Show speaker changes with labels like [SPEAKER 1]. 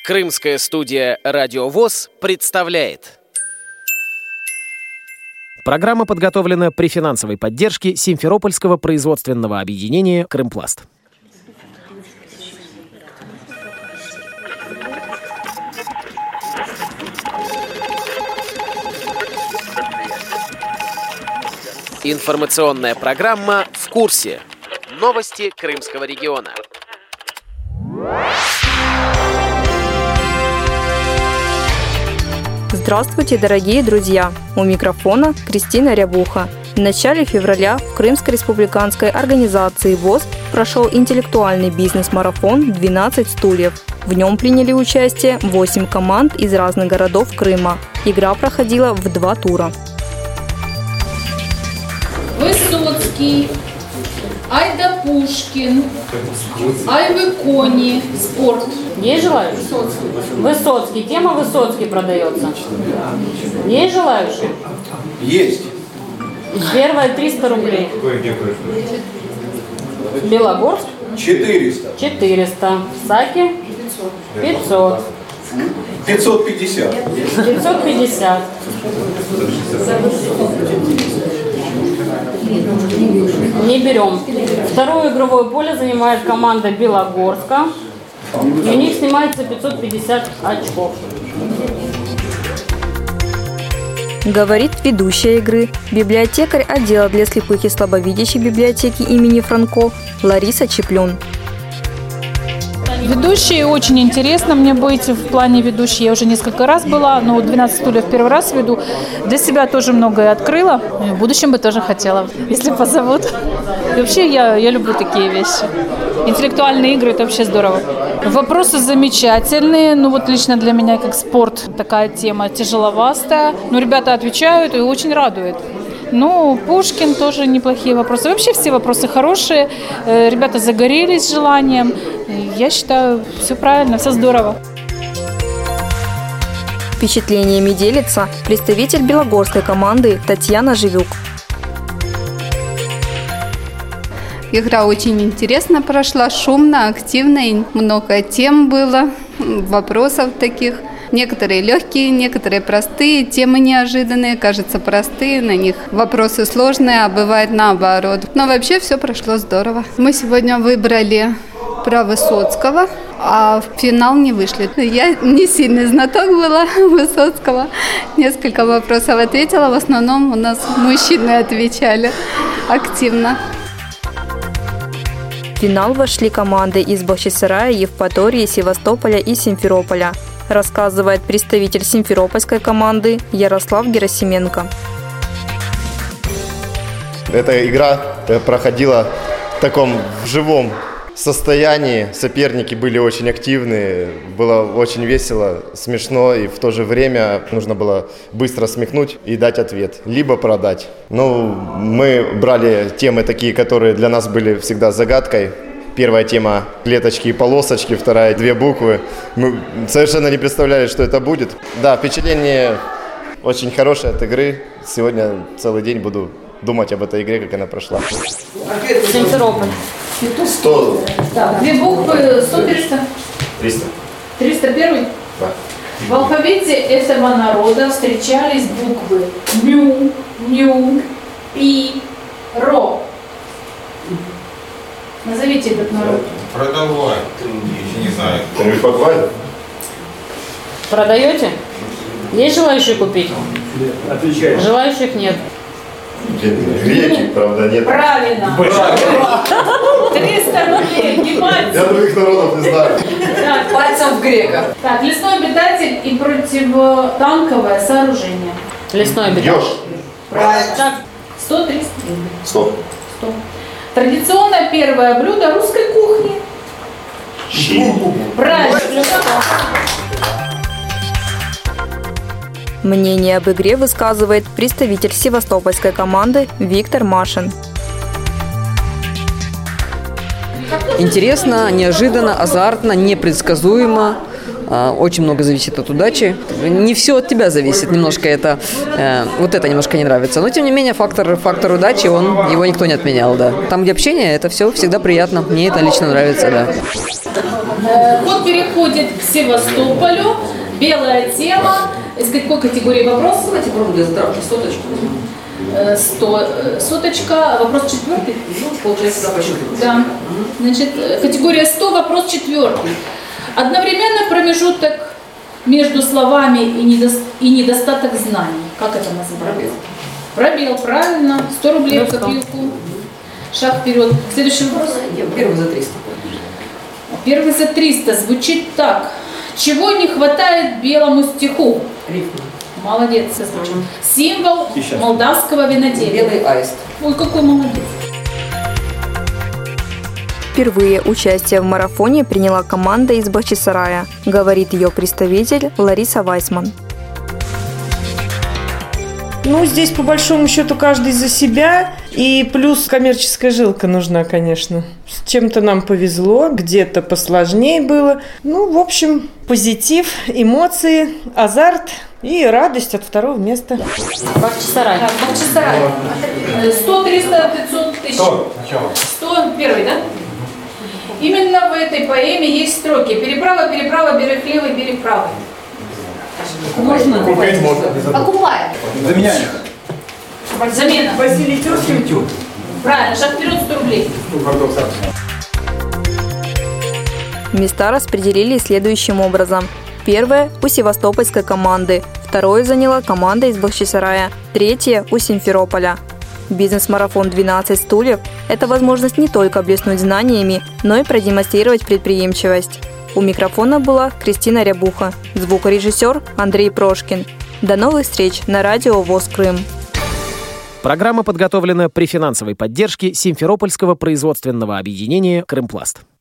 [SPEAKER 1] Крымская студия «Радио ВОС» представляет. Программа подготовлена при финансовой поддержке Симферопольского производственного объединения «Крымпласт». Информационная программа «В курсе». Новости Крымского региона.
[SPEAKER 2] Здравствуйте, дорогие друзья! У микрофона Кристина Рябуха. В начале февраля в Крымской республиканской организации ВОС прошел интеллектуальный бизнес-марафон «12 стульев». В нем приняли участие 8 команд из разных городов Крыма. Игра проходила в 2 тура.
[SPEAKER 3] Высоцкий, Айда Пушкин, Айвы Кони, спорт.
[SPEAKER 4] Есть желающие? Высоцкий. Тема Высоцкий продается. Есть желающие?
[SPEAKER 5] Есть.
[SPEAKER 4] Первая 300 рублей. Белогорск?
[SPEAKER 5] 400.
[SPEAKER 4] 400. Саки? 500.
[SPEAKER 5] 550.
[SPEAKER 4] 550. Не берем. Второе игровое поле занимает команда Белогорска. И у них снимается 550 очков.
[SPEAKER 2] Говорит ведущая игры, библиотекарь отдела для слепых и слабовидящих библиотеки имени Франко Лариса Чеплюн.
[SPEAKER 6] Ведущей очень интересно мне быть в плане ведущей. Я уже несколько раз была, но 12 стульев первый раз веду. Для себя тоже многое открыла. В будущем бы тоже хотела, если позовут. И вообще я люблю такие вещи. Интеллектуальные игры – это вообще здорово. Вопросы замечательные. Ну вот лично для меня как спорт такая тема тяжеловастая. Но ребята отвечают и очень радует. Ну, Пушкин тоже неплохие вопросы. Вообще все вопросы хорошие. Ребята загорелись желанием. Я считаю, все правильно, все здорово.
[SPEAKER 2] Впечатлениями делится представитель белогорской команды Татьяна Живюк.
[SPEAKER 7] Игра очень интересно прошла, шумно, активно, и много тем было, вопросов таких. Некоторые легкие, некоторые простые, темы неожиданные, кажется, простые, на них вопросы сложные, а бывает наоборот. Но вообще все прошло здорово. Мы сегодня выбрали про Высоцкого, а в финал не вышли. Я не сильный знаток была Высоцкого. Несколько вопросов ответила, в основном у нас мужчины отвечали активно.
[SPEAKER 2] В финал вошли команды из Бахчисарая, Евпатории, Севастополя и Симферополя, рассказывает представитель симферопольской команды Ярослав Герасименко.
[SPEAKER 8] Эта игра проходила в таком живом состоянии. Соперники были очень активны, было очень весело, смешно, и в то же время нужно было быстро смекнуть и дать ответ, либо продать. Ну, мы брали темы такие, которые для нас были всегда загадкой. Первая тема – клеточки и полосочки, вторая – 2 буквы. Мы совершенно не представляли, что это будет. Да, впечатление очень хорошее от игры. Сегодня целый день буду думать об этой игре, как она прошла.
[SPEAKER 4] Симферополь.
[SPEAKER 5] 100.
[SPEAKER 3] Так, 2 буквы, 100-300?
[SPEAKER 8] 300.
[SPEAKER 3] 301?
[SPEAKER 8] Да.
[SPEAKER 3] В алфавите этого народа встречались буквы Мю, Ню, Пи, Ро. Назовите этот народ.
[SPEAKER 5] Продавай. Я не знаю.
[SPEAKER 8] Кто-нибудь покупает?
[SPEAKER 4] Продаете? Есть желающие купить?
[SPEAKER 5] Отвечай.
[SPEAKER 4] Желающих нет.
[SPEAKER 8] Греки, правда, нет.
[SPEAKER 3] Правильно. 300 рублей. Внимание.
[SPEAKER 8] Я других народов не знаю.
[SPEAKER 3] Так,
[SPEAKER 9] Пальцем в грека.
[SPEAKER 3] так, лесной обитатель и противотанковое сооружение.
[SPEAKER 4] Лесной обитатель.
[SPEAKER 8] Ёж.
[SPEAKER 3] Правильно. Так, 100-300.
[SPEAKER 8] 100.
[SPEAKER 3] 100. Традиционное первое блюдо русской кухни.
[SPEAKER 8] Щи.
[SPEAKER 3] Правильно.
[SPEAKER 2] Мнение об игре высказывает представитель севастопольской команды Виктор Машин.
[SPEAKER 9] Интересно, неожиданно, азартно, непредсказуемо. Очень много зависит от удачи. Не все от тебя зависит, немножко это, вот это немножко не нравится. Но, тем не менее, фактор удачи, его никто не отменял, да. Там, где общение, это все всегда приятно. Мне это лично нравится, да.
[SPEAKER 3] Вот переходит к Севастополю. Белая тема. Из какой категории вопрос?
[SPEAKER 9] Давайте попробуем для затравки 100.
[SPEAKER 3] Соточка. Вопрос 4?
[SPEAKER 9] Получается,
[SPEAKER 3] да. Значит, категория 100, вопрос 4. Одновременно промежуток между словами и недостаток знаний. Как это называется? Пробел, правильно. 100 рублей в копилку. Шаг вперед. Следующий вопрос.
[SPEAKER 9] Первый за 300.
[SPEAKER 3] Первый за 300 звучит так. Чего не хватает белому стиху?
[SPEAKER 9] Рифма.
[SPEAKER 3] Молодец. Символ молдавского виноделия.
[SPEAKER 9] Белый аист.
[SPEAKER 3] Ой, какой молодец.
[SPEAKER 2] Впервые участие в марафоне приняла команда из Бахчисарая, говорит ее представитель Лариса Вайсман.
[SPEAKER 10] Ну, здесь по большому счету каждый за себя, и плюс коммерческая жилка нужна, конечно. С чем-то нам повезло, где-то посложнее было. Ну, в общем, позитив, эмоции, азарт и радость от второго места.
[SPEAKER 4] Бахчисарай.
[SPEAKER 3] Бахчисарай. 100, 300, 500 тысяч. 100 первый, да? Именно в этой поэме есть строки. Переправа, переправа, берег левый, берег правый.
[SPEAKER 4] Можно?
[SPEAKER 5] Купить можно.
[SPEAKER 3] Покупаем.
[SPEAKER 5] Заменяем.
[SPEAKER 3] Замена.
[SPEAKER 10] Василий Тёркин.
[SPEAKER 3] Правильно, шаг вперед 100 рублей.
[SPEAKER 2] Места распределили следующим образом. Первое – у севастопольской команды, второе заняла команда из Бахчисарая, третье – у Симферополя. Бизнес-марафон «12 стульев» – это возможность не только блеснуть знаниями, но и продемонстрировать предприимчивость. У микрофона была Кристина Рябуха, звукорежиссер Андрей Прошкин. До новых встреч на радио ВОС Крым.
[SPEAKER 1] Программа подготовлена при финансовой поддержке Симферопольского производственного объединения «Крымпласт».